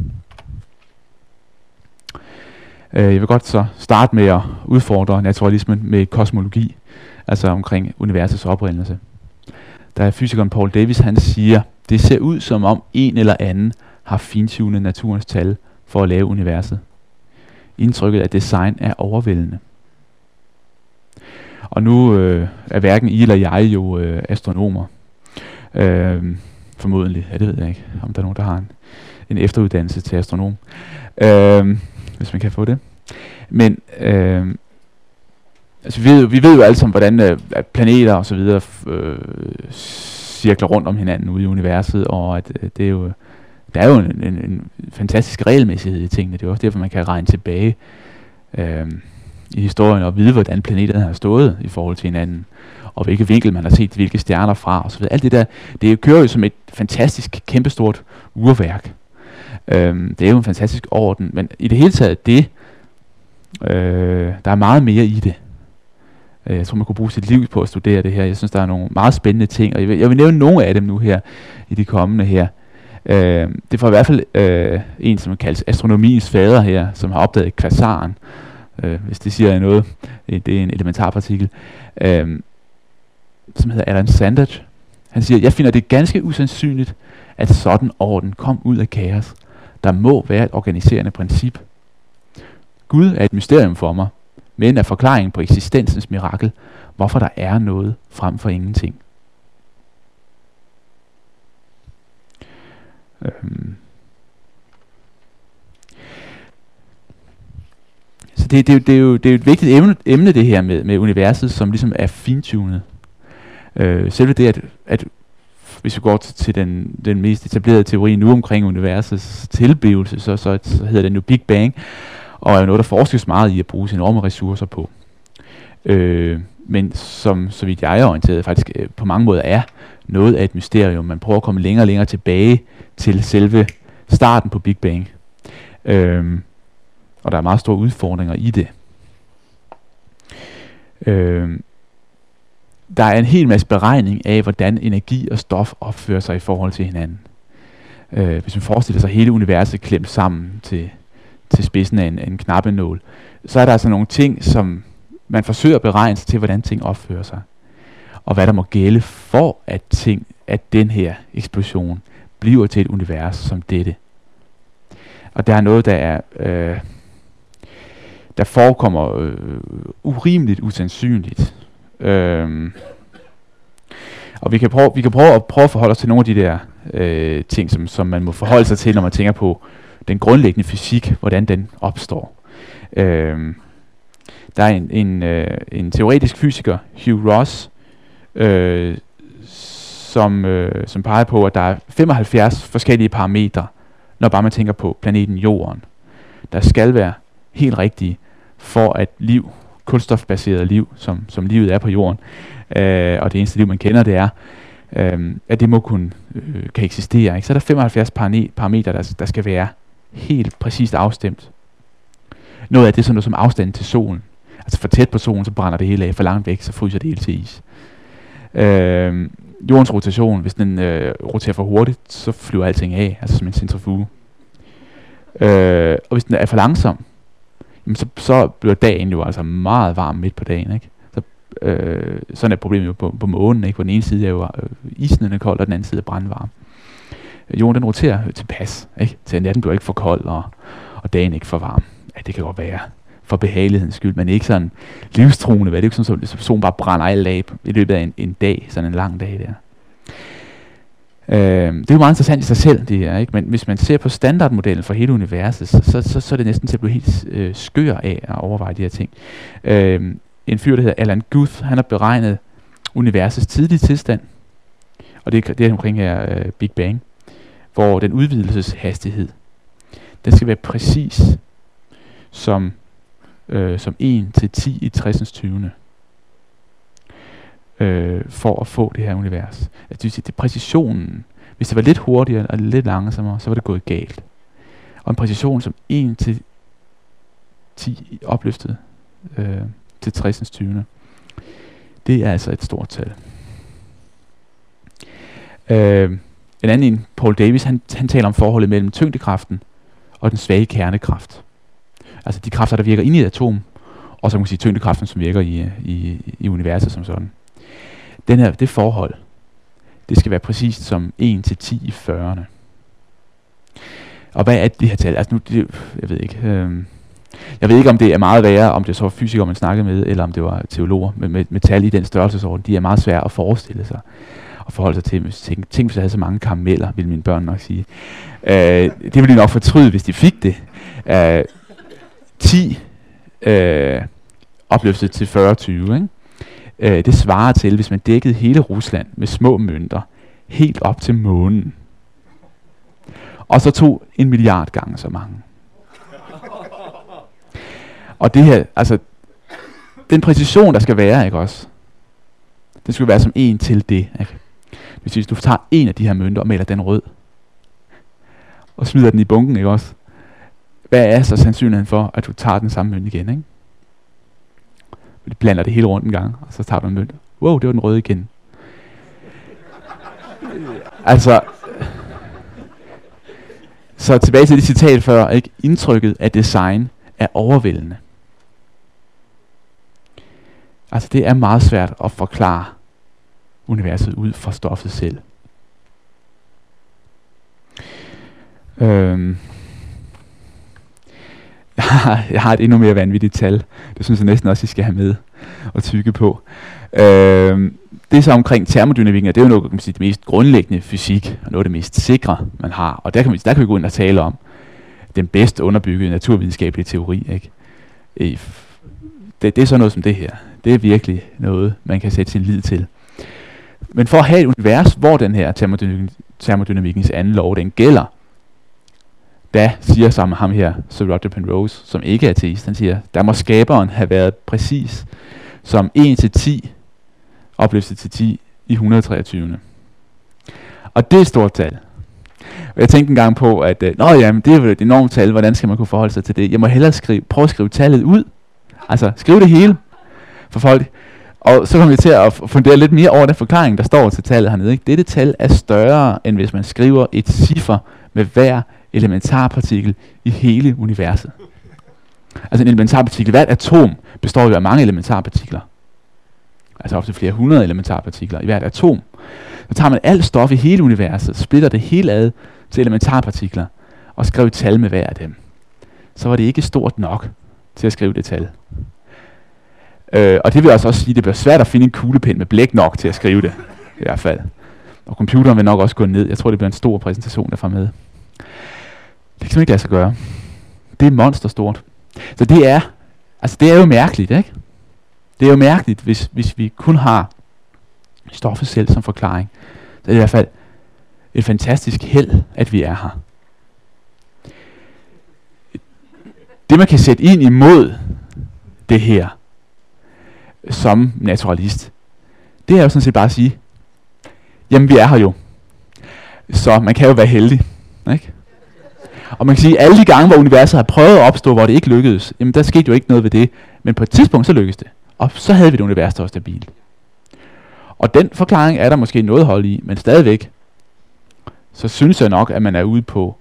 Jeg vil godt så starte med at udfordre naturalismen med kosmologi, altså omkring universets oprindelse. Der er fysikeren Paul Davies, han siger, det ser ud som om en eller anden har fintunet naturens tal for at lave universet. Indtrykket af design er overvældende. Og nu er hverken I eller jeg jo astronomer. Formodentlig, ja, det ved jeg ikke, om der er nogen, der har en efteruddannelse til astronom. Hvis man kan få det. Men altså vi ved jo alle sammen, hvordan planeter og så videre cirkler rundt om hinanden ude i universet, og at det er jo, der er jo en fantastisk regelmæssighed i tingene. Det er også derfor, man kan regne tilbage i historien og vide, hvordan planeterne har stået i forhold til hinanden, og hvilke vinkel man har set hvilke stjerner fra og så videre. Alt det der, det kører jo som et fantastisk, kæmpestort urværk. Det er jo en fantastisk orden, men i det hele taget der er meget mere i det. Jeg tror, man kunne bruge sit liv på at studere det her. Jeg synes, der er nogle meget spændende ting, og jeg vil nævne nogle af dem nu her i de kommende her. Det får i hvert fald en, som kaldes astronomiens fader her, som har opdaget kvasaren, hvis det siger noget. Det er en elementarpartikel, som hedder Alan Sandage. Han siger, jeg finder det ganske usandsynligt, at sådan orden kom ud af kaos. Der må være et organiserende princip. Gud er et mysterium for mig, men er forklaringen på eksistensens mirakel, hvorfor der er noget frem for ingenting. Så det er jo et vigtigt emne det her med universet, som ligesom er fintunet. Selve det, at hvis vi går til den mest etablerede teori nu omkring universets tilblivelse, så hedder den jo Big Bang, og er jo noget, der forskes meget i at bruge enorme ressourcer på. Men som, så vidt jeg er orienteret, faktisk på mange måder er noget af et mysterium. Man prøver at komme længere og længere tilbage til selve starten på Big Bang. Og der er meget store udfordringer i det. Der er en hel masse beregning af, hvordan energi og stof opfører sig i forhold til hinanden. Hvis man forestiller sig hele universet klemt sammen til spidsen af en knappenål, så er der altså nogle ting, som man forsøger at beregne til, hvordan ting opfører sig. Og hvad der må gælde for, at den her eksplosion bliver til et univers som dette. Og der er noget, der forekommer urimeligt usandsynligt. Og vi kan prøve at forholde os til nogle af de der ting, som man må forholde sig til, når man tænker på den grundlæggende fysik, hvordan den opstår. Der er en teoretisk fysiker, Hugh Ross, som peger på, at der er 75 forskellige parametre, når bare man tænker på planeten Jorden. Der skal være helt rigtige for at liv, kulstofbaseret liv, som livet er på Jorden, og det eneste liv, man kender, det er, at det må kan eksistere. Ikke? Så er der 75 parametre, der skal være helt præcist afstemt. Noget af det er sådan noget som afstanden til solen. Altså for tæt på solen, så brænder det hele af. For langt væk, så fryser det hele til is. Jordens rotation, hvis den roterer for hurtigt, så flyver alting af, altså som en centrifuge. Og hvis den er for langsom, jamen så bliver dagen jo altså meget varm midt på dagen, ikke? Sådan er problemet jo på månen, ikke? På den ene side er jo isen er kold, og den anden side er brandvarm. Jorden den roterer tilpas, ikke? Til at natten bliver ikke for kold, og dagen ikke for varm. Ja, det kan godt være for behagelighedens skyld, men ikke sådan livstruende. Det er ikke sådan, at solen bare brænder alt af i løbet af en dag, sådan en lang dag der. Det er jo meget interessant i sig selv, det her, ikke? Men hvis man ser på standardmodellen for hele universet, så er det næsten til at blive helt skør af at overveje de her ting. En fyr, der hedder Alan Guth, han har beregnet universets tidlige tilstand, og det er omkring her Big Bang, hvor den udvidelseshastighed, den skal være præcis som 1 til 10 i 60. For at få det her univers. Det vil sige, det præcisionen, hvis det var lidt hurtigere og lidt langsommere, så var det gået galt. Og en præcision som 1 til 10 opløftet til 60. Det er altså et stort tal. En anden, Paul Davies, han taler om forholdet mellem tyngdekraften og den svage kernekraft. Altså de kræfter, der virker inde i et atom, og så kan man sige tyngdekraften, som virker i universet som sådan. Det forhold, det skal være præcist som 1 til 10 i 40'erne. Og hvad er det her tal? Altså jeg ved ikke, om det er meget værre, om det så var fysikere, man snakkede med, eller om det var teologer med tal i den størrelsesorden. De er meget svære at forestille sig og forholde sig til. Tænk, hvis jeg havde så mange karameller, ville mine børn nok sige. Det ville de nok fortryde, hvis de fik det. 10 opløftet til 40-20, ikke? Det svarer til, hvis man dækkede hele Rusland med små mønter, helt op til månen. Og så tog 1 milliard gange så mange. Og det her, altså, den præcision, der skal være, ikke også? Den skal være som 1 til det, ikke? Hvis du tager en af de her mønter og maler den rød, og smider den i bunken, ikke også? Hvad er så sandsynligheden for, at du tager den samme mønt igen, ikke? Du blander det hele rundt en gang, og så tager du en mønt. Wow, det var den røde igen. Altså, så tilbage til det citat før, ikke? Indtrykket af design er overvældende. Altså, det er meget svært at forklare universet ud fra stoffet selv. Jeg har et endnu mere vanvittigt tal. Det synes jeg næsten også, I skal have med og tygge på. Det er så omkring termodynamikken, og det er jo noget, kan man sige, det mest grundlæggende fysik, og noget af det mest sikre, man har. Og der kan vi gå ind og tale om den bedst underbyggede naturvidenskabelige teori, ikke? Det er sådan noget som det her. Det er virkelig noget, man kan sætte sin lid til. Men for at have et univers, hvor den her termodynamikkens anden lov, den gælder, der siger sammen ham her, Sir Roger Penrose, som ikke er ateist, han siger, der må skaberen have været præcis som 1 til 10, opløftet til 10 i 123. Og det er et stort tal. Og jeg tænkte engang på, at det er jo et enormt tal, hvordan skal man kunne forholde sig til det? Jeg må hellere prøve at skrive tallet ud. Altså, skrive det hele for folk. Og så kommer vi til at fundere lidt mere over den forklaring, der står til tallet hernede, ikke? Dette tal er større, end hvis man skriver et ciffer med hver elementarpartikel i hele universet. Altså en elementarpartikel, hvert atom består jo af mange elementarpartikler. Altså op til flere hundrede elementarpartikler i hvert atom. Så tager man alt stof i hele universet, splitter det hele ad til elementarpartikler, og skriver et tal med hver af dem. Så var det ikke stort nok til at skrive det tal. Og det vil også sige, at det bliver svært at finde en kuglepen med blæk nok til at skrive det. i hvert fald. Og computeren vil nok også gå ned. Jeg tror, det bliver en stor præsentation derfra med. Det kan man ikke lade sig gøre. Det er monsterstort. Så det er jo mærkeligt, ikke? Det er jo mærkeligt, hvis vi kun har stoffet selv som forklaring. Så det er i hvert fald et fantastisk held, at vi er her. Det man kan sætte ind imod det her, som naturalist, det er jo sådan set bare at sige, jamen vi er her jo. Så man kan jo være heldig, ikke? Og man kan sige, at alle de gange, hvor universet har prøvet at opstå, hvor det ikke lykkedes, jamen der skete jo ikke noget ved det. Men på et tidspunkt, så lykkedes det. Og så havde vi et univers, der var stabilt. Og den forklaring er der måske noget hold i, men stadigvæk, så synes jeg nok, at man er ude på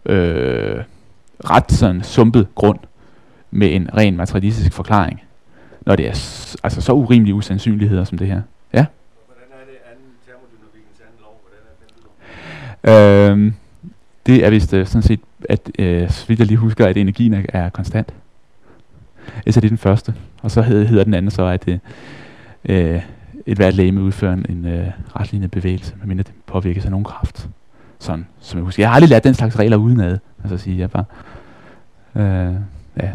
ret sådan sumpet grund med en ren materialistisk forklaring. Når det er altså så urimelige usandsynligheder som det her. Ja? Hvordan er det anden termodynamikkens anden lov? Hvordan er den? Det er vist sådan set, at så vidt jeg lige husker, at energien er konstant. Så det er den første. Og så hedder den anden så, at et hvert legeme udfører en retlignende bevægelse, medmindre det påvirkes af nogen kraft. Sådan, som jeg husker. Jeg har aldrig lært den slags regler udenad. Altså at sige, jeg bare... ja.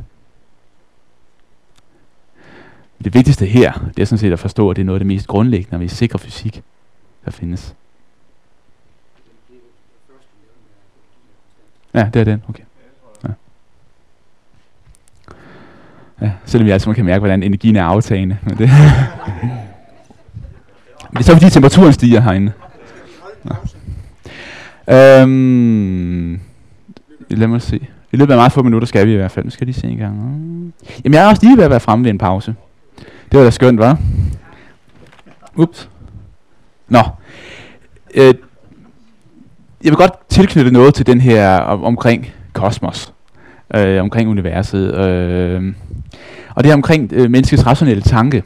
Det vigtigste her, det er sådan set at forstå, at det er noget af det mest grundlæggende, når vi sikrer fysik, der findes. Ja, det er den. Okay. Ja. Ja, selvom vi altså kan mærke, hvordan energien er aftagende. Men det det er så fordi temperaturen stiger herinde. Lad mig se. I løbet af meget få minutter skal vi i hvert fald. Nu skal jeg lige se en gang. Jamen jeg er også lige ved at være fremme ved en pause. Det var da skønt, hva'? Ups. Nå. Jeg vil godt tilknytte noget til den her omkring kosmos. Omkring universet. Og det er omkring menneskets rationelle tanke.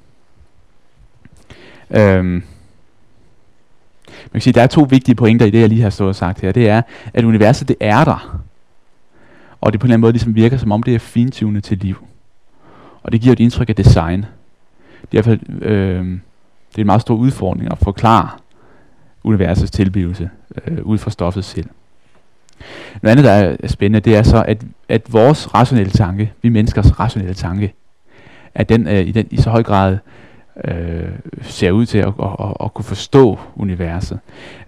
Man kan sige, der er to vigtige pointer i det, jeg lige har stået og sagt her. Det er, at universet det er der. Og det på en eller anden måde ligesom virker, som om det er fintunet til liv. Og det giver et indtryk af design. Det er i hvert fald det er en meget stor udfordring at forklare universets tilblivelse ud fra stoffet selv. Noget andet, der er spændende, det er så, at vores rationelle tanke, vi menneskers rationelle tanke, at den i så høj grad ser ud til at kunne forstå universet.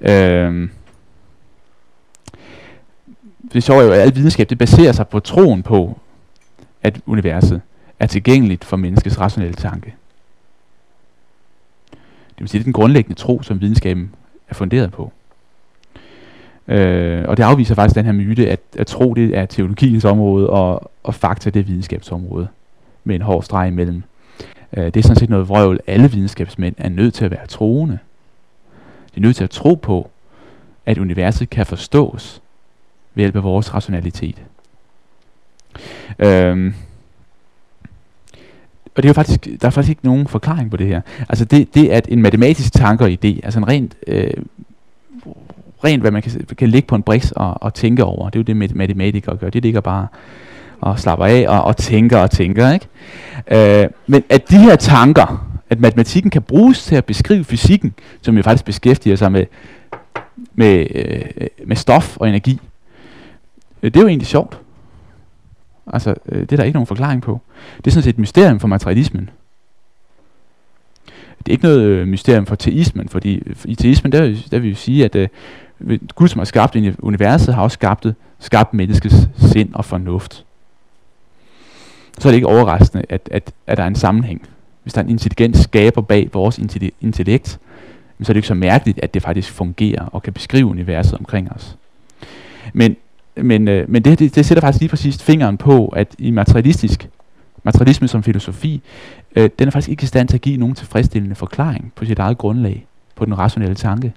Det sjove er jo, at al videnskab det baserer sig på troen på, at universet er tilgængeligt for menneskets rationelle tanke. Det vil sige, det er den grundlæggende tro, som videnskaben er funderet på. Og det afviser faktisk den her myte, at tro det er teologiens område, og fakta det er videnskabsområde, med en hård streg imellem. Det er sådan set noget vrøvl. Alle videnskabsmænd er nødt til at være troende. De er nødt til at tro på, at universet kan forstås ved hjælp af vores rationalitet. Og det er jo faktisk, der er faktisk ikke nogen forklaring på det her. Altså det er en matematisk tanke og idé, altså en rent hvad man kan ligge på en briks og tænke over. Det er jo det matematikere gør. Det ligger bare og slapper af og tænker, ikke? Men at de her tanker, at matematikken kan bruges til at beskrive fysikken, som jo faktisk beskæftiger sig med stof og energi, det er jo egentlig sjovt. Altså, det er der ikke nogen forklaring på. Det er sådan set et mysterium for materialismen. Det er ikke noget mysterium for teismen, fordi i teismen, der vil vi sige, at Gud, som har skabt universet, har også skabt menneskets sind og fornuft. Så er det ikke overraskende, at der er en sammenhæng. Hvis der er en intelligent skaber bag vores intellekt, så er det ikke så mærkeligt, at det faktisk fungerer og kan beskrive universet omkring os. Men det sætter faktisk lige præcis fingeren på, at i materialisme som filosofi, den er faktisk ikke i stand til at give nogen tilfredsstillende forklaring på sit eget grundlag, på den rationelle tanke.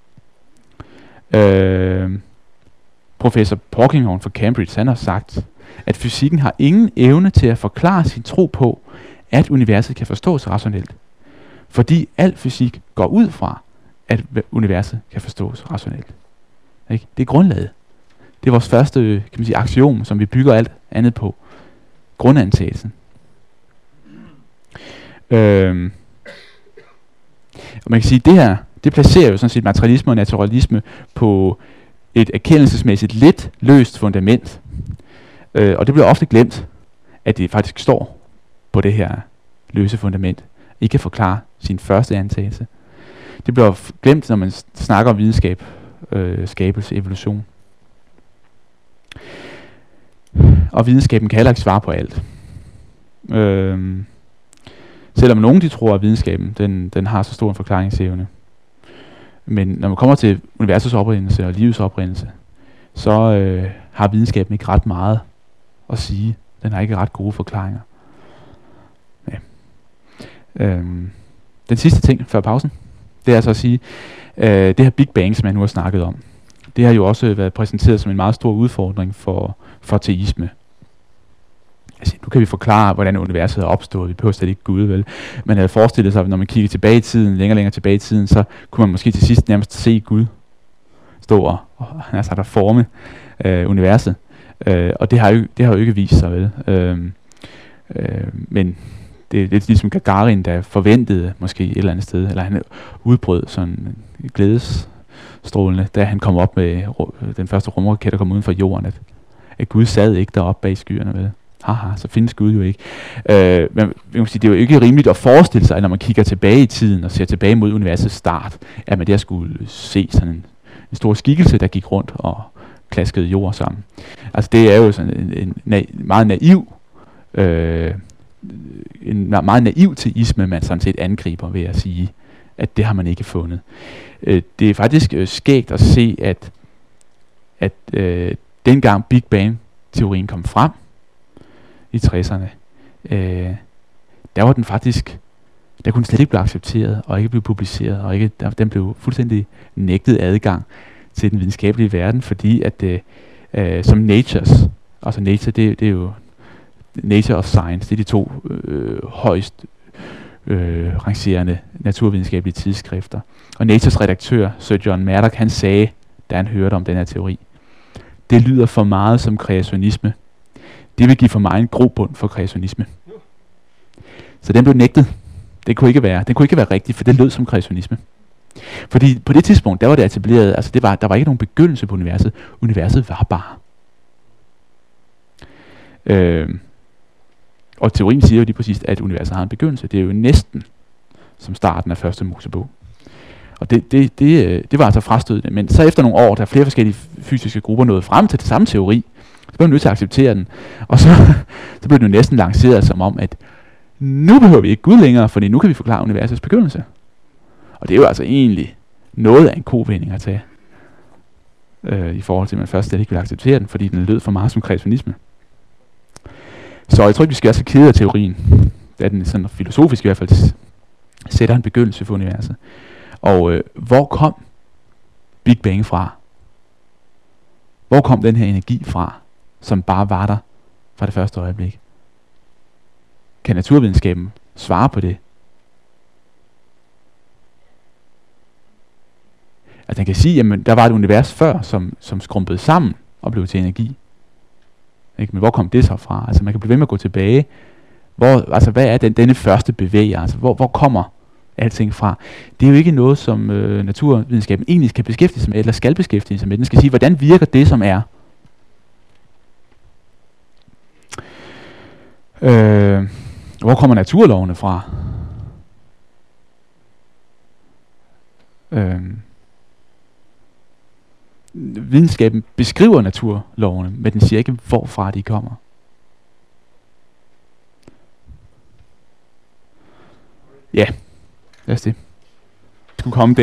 Professor Porkinghorn fra Cambridge, han har sagt, at fysikken har ingen evne til at forklare sin tro på, at universet kan forstås rationelt. Fordi al fysik går ud fra, at universet kan forstås rationelt. Ikke? Det er grundlaget. Det er vores første, kan man sige, aksiom, som vi bygger alt andet på. Grundantagelsen. Og man kan sige, at Det placerer jo sådan set materialisme og naturalisme på et erkendelsesmæssigt lidt løst fundament. Og det bliver ofte glemt, at det faktisk står på det her løse fundament. Ikke kan forklare sin første antagelse. Det bliver glemt, når man snakker om videnskab, skabelse, evolution. Og videnskaben kan heller ikke svare på alt. Selvom nogen de tror, at videnskaben den har så stor en forklaringsevne. Men når man kommer til universets oprindelse og livets oprindelse, så har videnskaben ikke ret meget at sige. Den har ikke ret gode forklaringer. Ja. Den sidste ting før pausen, det er altså at sige, det her Big Bang, som jeg nu har snakket om, det har jo også været præsenteret som en meget stor udfordring for teisme. Altså, nu kan vi forklare, hvordan universet er opstået. Vi behøver slet ikke Gud, vel? Man havde forestillet sig, at når man kigger tilbage i tiden, længere tilbage i tiden, så kunne man måske til sidst nærmest se Gud stå og altså der forme universet. Og det har jo ikke vist sig, vel? Men det er lidt ligesom Gagarin, der forventede måske et eller andet sted, eller han udbrød sådan glædesstrålende, da han kom op med den første rumraket, der kom uden for jorden, at Gud sad ikke deroppe bag skyerne, vel? Haha, så findes Gud jo ikke. Men det er jo ikke rimeligt at forestille sig, at når man kigger tilbage i tiden og ser tilbage mod universets start, at man der skulle se sådan en stor skikkelse, der gik rundt og klaskede jord sammen. Altså det er jo sådan en meget naiv teisme, man sådan set angriber ved at sige, at det har man ikke fundet. Det er faktisk skægt at se, at dengang Big Bang-teorien kom frem, i 60'erne, der var den faktisk, der kunne slet ikke blive accepteret, og ikke blive publiceret, og ikke, den blev fuldstændig nægtet adgang til den videnskabelige verden, fordi at som Natures, altså Nature, det er jo Nature og Science, det er de to højst rangerende naturvidenskabelige tidsskrifter. Og Natures redaktør, Sir John Maddock, han sagde, da han hørte om den her teori, det lyder for meget som kreationisme. Det vil give for mig en grobund for kreationisme. Så den blev nægtet. Den kunne ikke være rigtig, for det lød som kreationisme. Fordi på det tidspunkt, der var det etableret, altså der var ikke nogen begyndelse på universet. Universet var bare. Og teorien siger jo lige præcis, at universet har en begyndelse. Det er jo næsten som starten af første Mosebog. Og det var altså frastødende. Men så efter nogle år, der flere forskellige fysiske grupper nåede frem til det samme teori, så blev man nødt til at acceptere den. Og så blev den jo næsten lanceret som om, at nu behøver vi ikke Gud længere, fordi nu kan vi forklare universets begyndelse. Og det er jo altså egentlig noget af en kovending at tage, i forhold til, at man først slet ikke vil acceptere den, fordi den lød for meget som kreationisme. Så jeg tror ikke, vi skal være så kede af teorien, da den sådan filosofisk i hvert fald sætter en begyndelse for universet. Og hvor kom Big Bang fra? Hvor kom den her energi fra, som bare var der fra det første øjeblik? Kan naturvidenskaben svare på det? Altså den kan sige, at der var et univers før, som skrumpede sammen og blev til energi. Ikke? Men hvor kom det så fra? Altså man kan blive ved med at gå tilbage. Hvad er denne første bevæger? Altså hvor kommer alting fra? Det er jo ikke noget, som naturvidenskaben egentlig skal beskæftige sig med, eller skal beskæftige sig med. Den skal sige, hvordan virker det, som er? Hvor kommer naturlovene fra? Videnskaben beskriver naturlovene, men den siger ikke, hvorfra de kommer. Ja, lad os det. Det skulle komme der.